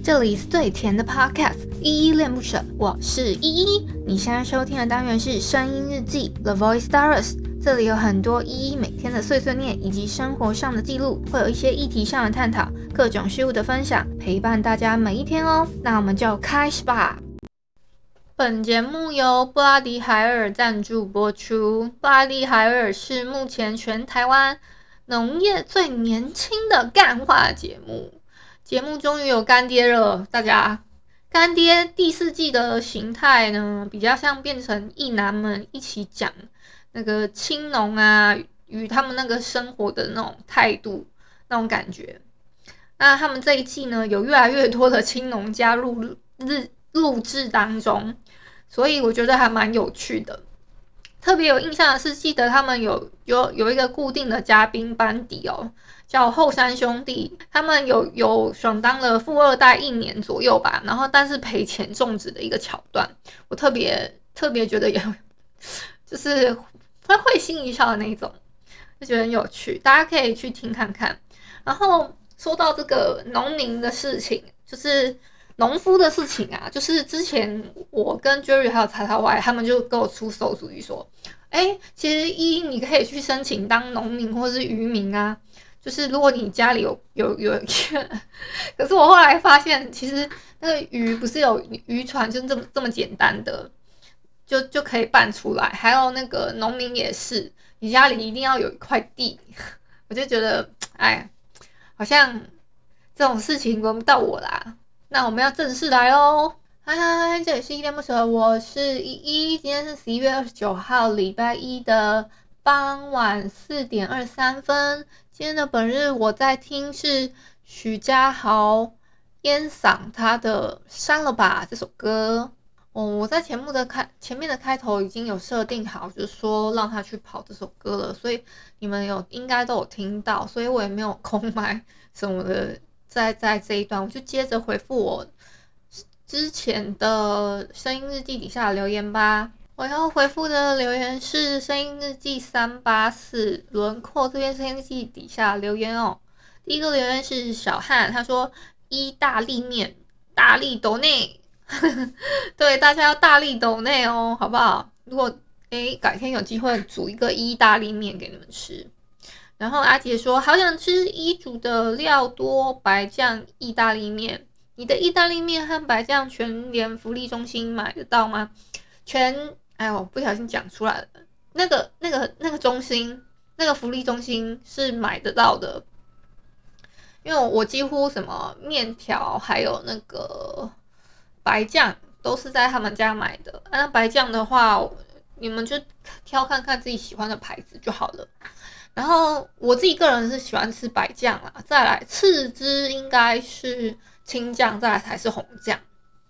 这里是最甜的 Podcast， 依依恋不舍，我是依依。你现在收听的单元是声音日记 The Voice Diaries， 这里有很多依依每天的碎碎念以及生活上的记录，会有一些议题上的探讨，各种事物的分享，陪伴大家每一天哦。那我们就开始吧。本节目由布拉迪海尔赞助播出。布拉迪海尔是目前全台湾农业最年轻的干话节目。节目终于有干爹了，大家。干爹第4季的形态呢，比较像变成异男们一起讲那个青农啊，与他们那个生活的那种态度，那种感觉。那他们这一季呢，有越来越多的青农加入录制当中，所以我觉得还蛮有趣的。特别有印象的是，记得他们有一个固定的嘉宾班底哦，叫后山兄弟。他们有爽当了富二代1年左右吧，然后但是赔钱种植的一个桥段，我特别觉得就是会心一笑的那一种，就觉得很有趣，大家可以去听看看。然后说到这个农民的事情，就是农夫的事情啊，就是之前我跟 Jerry 还有叉叉 Y 他们就跟我出馊主意说，其实你可以去申请当农民或是渔民啊，就是如果你家里有可是我后来发现，其实那个鱼不是有渔船就这么简单的，就可以办出来。还有那个农民也是，你家里一定要有一块地。我就觉得，好像这种事情轮不到我啦。那我们要正式来咯。嗨，这里是依依恋不舍，我是依依。今天是11月29号礼拜一的傍晚4点23分。今天的本日我在听是许家豪烟嗓他的删了吧这首歌。我在前面的开头已经有设定好，就是说让他去跑这首歌了，所以你们应该都有听到，所以我也没有空麦什么的。在这一段，我就接着回复我之前的声音日记底下的留言吧。我要回复的留言是声音日记384轮廓这边声音日记底下留言哦。第一个留言是小汉，他说意大利面大力抖内对，大家要大力抖内哦，好不好？如果改天有机会煮一个意大利面给你们吃。然后阿杰说好想吃遗嘱的料多白酱意大利面。你的意大利面和白酱全联福利中心买得到吗？我不小心讲出来了。那个中心，那个福利中心是买得到的。因为我几乎什么面条还有那个白酱都是在他们家买的。那白酱的话，你们就挑看看自己喜欢的牌子就好了。然后我自己个人是喜欢吃白酱啦，再来次之应该是青酱，再来才是红酱。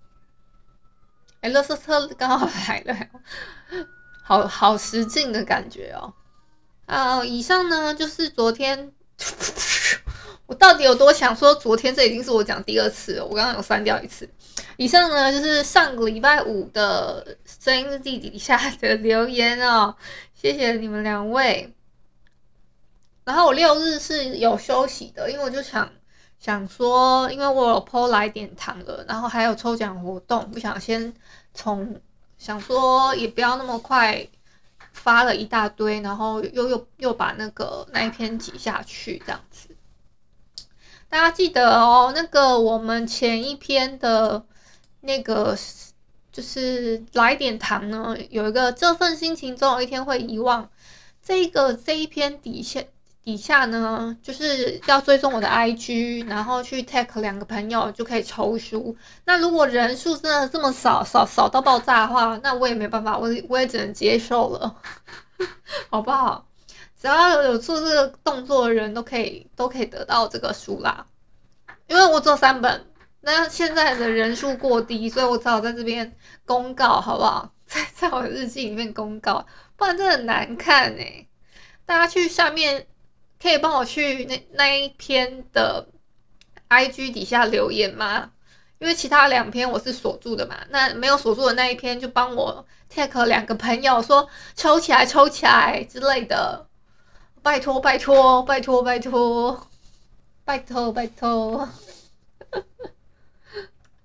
垃圾车刚好来了，好实劲的感觉哦。以上呢就是昨天，我到底有多想说昨天，这已经是我讲第2次了，我刚刚有删掉1次。以上呢就是上个礼拜5的声音日记底下的留言哦，谢谢你们2位。然后我6日是有休息的，因为我就想说，因为我有 po 来点糖了，然后还有抽奖活动，不想先想说也不要那么快发了一大堆，然后又把那一篇挤下去这样子。大家记得哦，那个我们前一篇的那个就是来点糖呢，有一个这份心情总有一天会遗忘，这一篇底下呢，就是要追踪我的 IG， 然后去 tag 2个朋友就可以抽书。那如果人数真的这么少到爆炸的话，那我也没办法，我也只能接受了，好不好？只要有做这个动作的人都可以得到这个书啦。因为我只有3本，那现在的人数过低，所以我只好在这边公告，好不好？在我的日记里面公告，不然真的很难看大家去下面可以帮我去那一篇的 IG 底下留言吗？因为其他2篇我是锁住的嘛，那没有锁住的那一篇就帮我 tag 2个朋友说抽起来之类的，拜托拜托拜托拜托拜托拜托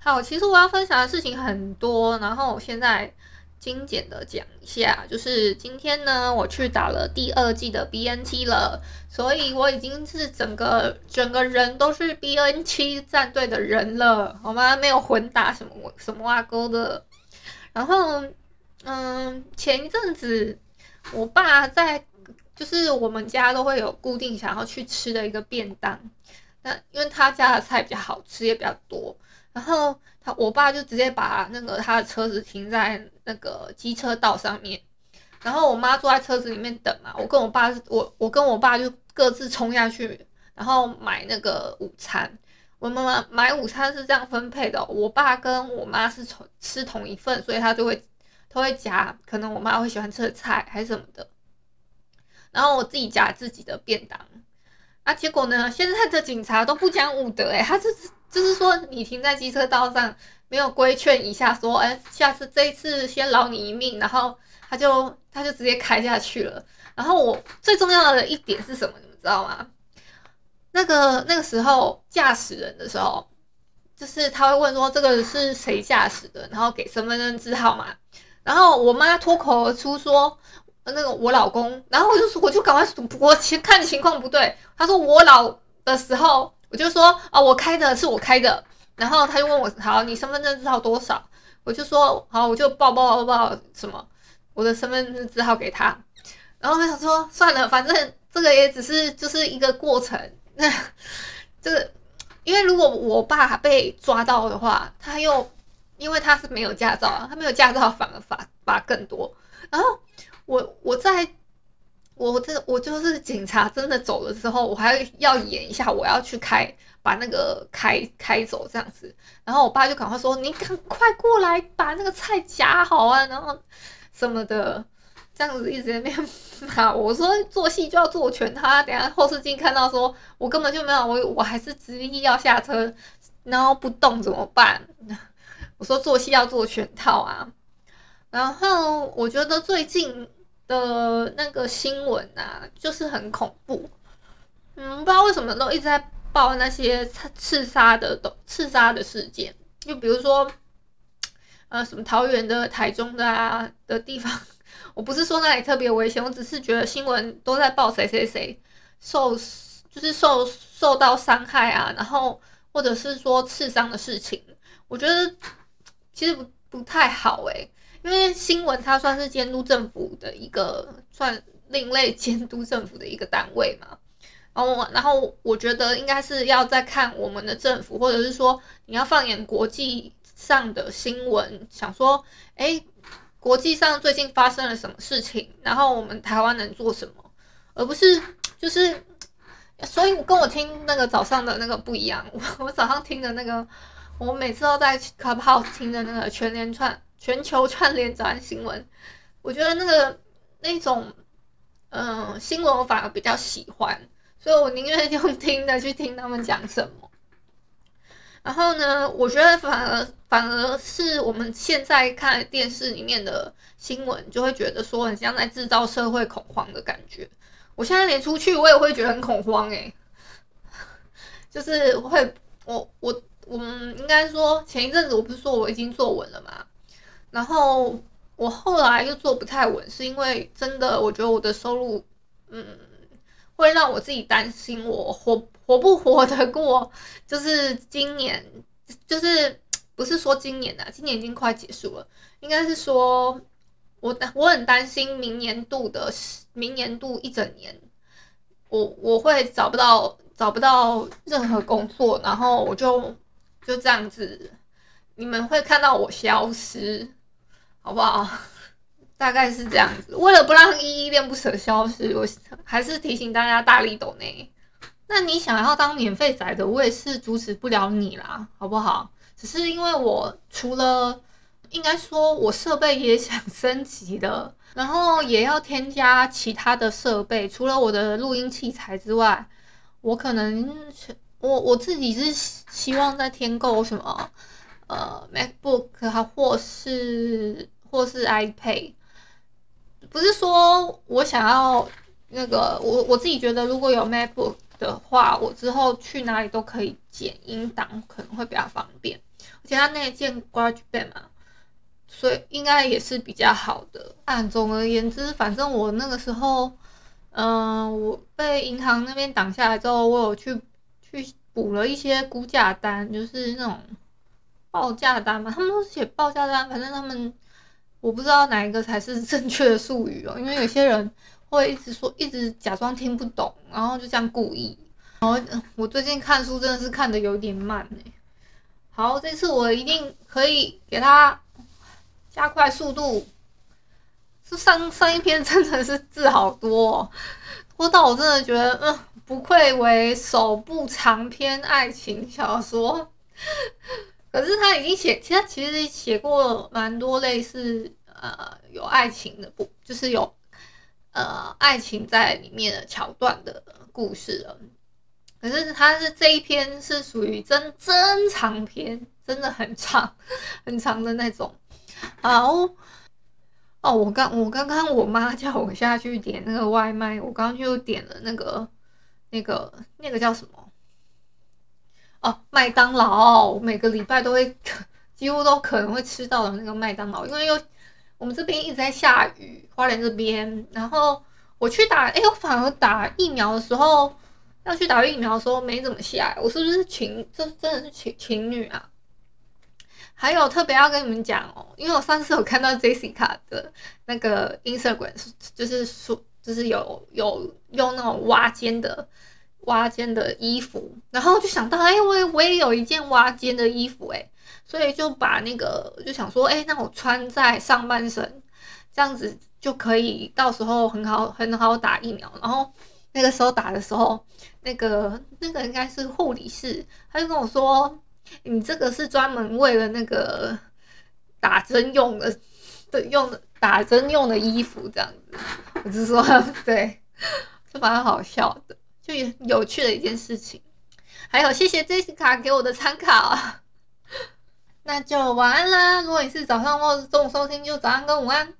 好，其实我要分享的事情很多，然后我现在精简的讲一下，就是今天呢，我去打了第2剂的 BNT 了，所以我已经是整个人都是 BNT 战队的人了，好吗？没有混打什么挖沟的。然后，前一阵子我爸就是我们家都会有固定想要去吃的一个便当，那因为他家的菜比较好吃，也比较多。然后我爸就直接把他的车子停在那个机车道上面，然后我妈坐在车子里面等嘛，我跟我爸就各自冲下去，然后买那个午餐。我妈妈买午餐是这样分配的，我爸跟我妈是吃同一份，所以他会夹可能我妈会喜欢吃的菜还是什么的，然后我自己夹自己的便当。啊，结果呢，现在的警察都不讲武德，他就是说你停在机车道上，没有规劝一下说，下次这一次先饶你一命，然后他就直接开下去了。然后我最重要的一点是什么，你们知道吗？那个时候驾驶人的时候，就是他会问说这个是谁驾驶的，然后给身份证字号嘛。然后我妈脱口而出说我老公，然后我就赶快我看情况不对，他说我老的时候，我就说我开的是我开的，然后他就问我好，你身份证字号多少？我就说好，我就报什么我的身份证字号给他，然后他想说算了，反正这个也只是就是一个过程，那这个因为如果我爸被抓到的话，因为他是没有驾照啊，他没有驾照反而罚更多，然后。我就是警察真的走了之后，我还要演一下，我要去把那个开走这样子。然后我爸就赶快说：“你赶快过来把那个菜夹好啊！”然后什么的，这样子一直在那边骂我。我说做戏就要做全套，等下后视镜看到说我根本就没有，我还是执意要下车，然后不动怎么办？我说做戏要做全套啊。然后我觉得最近的那个新闻啊，就是很恐怖。不知道为什么都一直在报那些刺杀的事件，就比如说，什么桃园的、台中的地方，我不是说那里特别危险，我只是觉得新闻都在报谁谁谁受到伤害啊，然后或者是说刺伤的事情，我觉得其实不太好因为新闻它算是监督政府的算另类监督政府的一个单位嘛。然后我觉得应该是要再看我们的政府，或者是说你要放眼国际上的新闻，想说，国际上最近发生了什么事情，然后我们台湾能做什么，而不是就是，所以跟我听那个早上的那个不一样，我早上听的那个，我每次都在 Clubhouse 听的那个全球串联早安新闻，我觉得那种新闻我反而比较喜欢。所以我宁愿用听的去听他们讲什么。然后呢，我觉得反而是我们现在看电视里面的新闻，就会觉得说很像在制造社会恐慌的感觉。我现在连出去我也会觉得很恐慌就是我们应该说前一阵子我不是说我已经坐稳了嘛，然后我后来又坐不太稳，是因为真的我觉得我的收入会让我自己担心我活不活得过，就是今年，就是不是说今年今年已经快结束了，应该是说我很担心明年度一整年，我会找不到任何工作，然后我就这样子，你们会看到我消失，好不好？大概是这样子，为了不让依依恋不舍消失，我还是提醒大家大力抖内。那你想要当免费仔的，我也是阻止不了你啦，好不好？只是因为我除了应该说我设备也想升级的，然后也要添加其他的设备，除了我的录音器材之外，我可能我自己是希望再添购什么MacBook 或是 iPad。不是说我想要我自己觉得如果有 MacBook 的话，我之后去哪里都可以剪音档，可能会比较方便。 而且它那一件 GarageBand 嘛，所以应该也是比较好的。总而言之，反正我那个时候，我被银行那边挡下来之后，我有去补了一些估价单，就是那种报价单嘛，他们都是写报价单，反正他们我不知道哪一个才是正确的术语因为有些人会一直假装听不懂，然后就这样故意。然后我最近看书真的是看得有点慢好，这次我一定可以给他加快速度。上一篇真的是字好多多到我真的觉得，不愧为首部长篇爱情小说。可是他已经其实写过蛮多类似有爱情的就是有爱情在里面的桥段的故事了。可是他这一篇是属于真长篇，真的很长很长的那种。好。我刚刚我妈叫我下去点那个外卖，我刚刚就点了那个叫什么？麦当劳，我每个礼拜都会几乎都可能会吃到的那个麦当劳，因为我们这边一直在下雨，花莲这边，然后我去我反而打疫苗的时候，要去打疫苗的时候没怎么下，我是不是这真的是情侣啊？还有特别要跟你们讲因为我上次有看到 Jessica 的那个 Instagram， 就是有用那种挖肩的衣服，然后就想到我也有一件挖肩的衣服所以就把就想说那我穿在上半身，这样子就可以到时候很好打疫苗。然后那个时候打的时候，那个应该是护理师，他就跟我说，你这个是专门为了那个打针用的打针用的衣服，这样子。我就说对，就蛮好笑的，就有趣的一件事情。还有谢谢 Jessica 给我的参考。那就晚安啦！如果你是早上或是中午收听，就早安跟午安。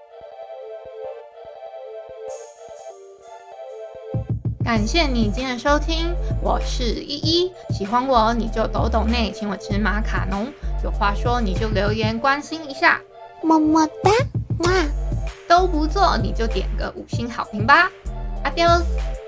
感谢你今天的收听，我是依依。喜欢我你就抖内，请我吃马卡龙。有话说你就留言关心一下， 么么哒，哇！ 都不做你就点个5星好评吧。Adios。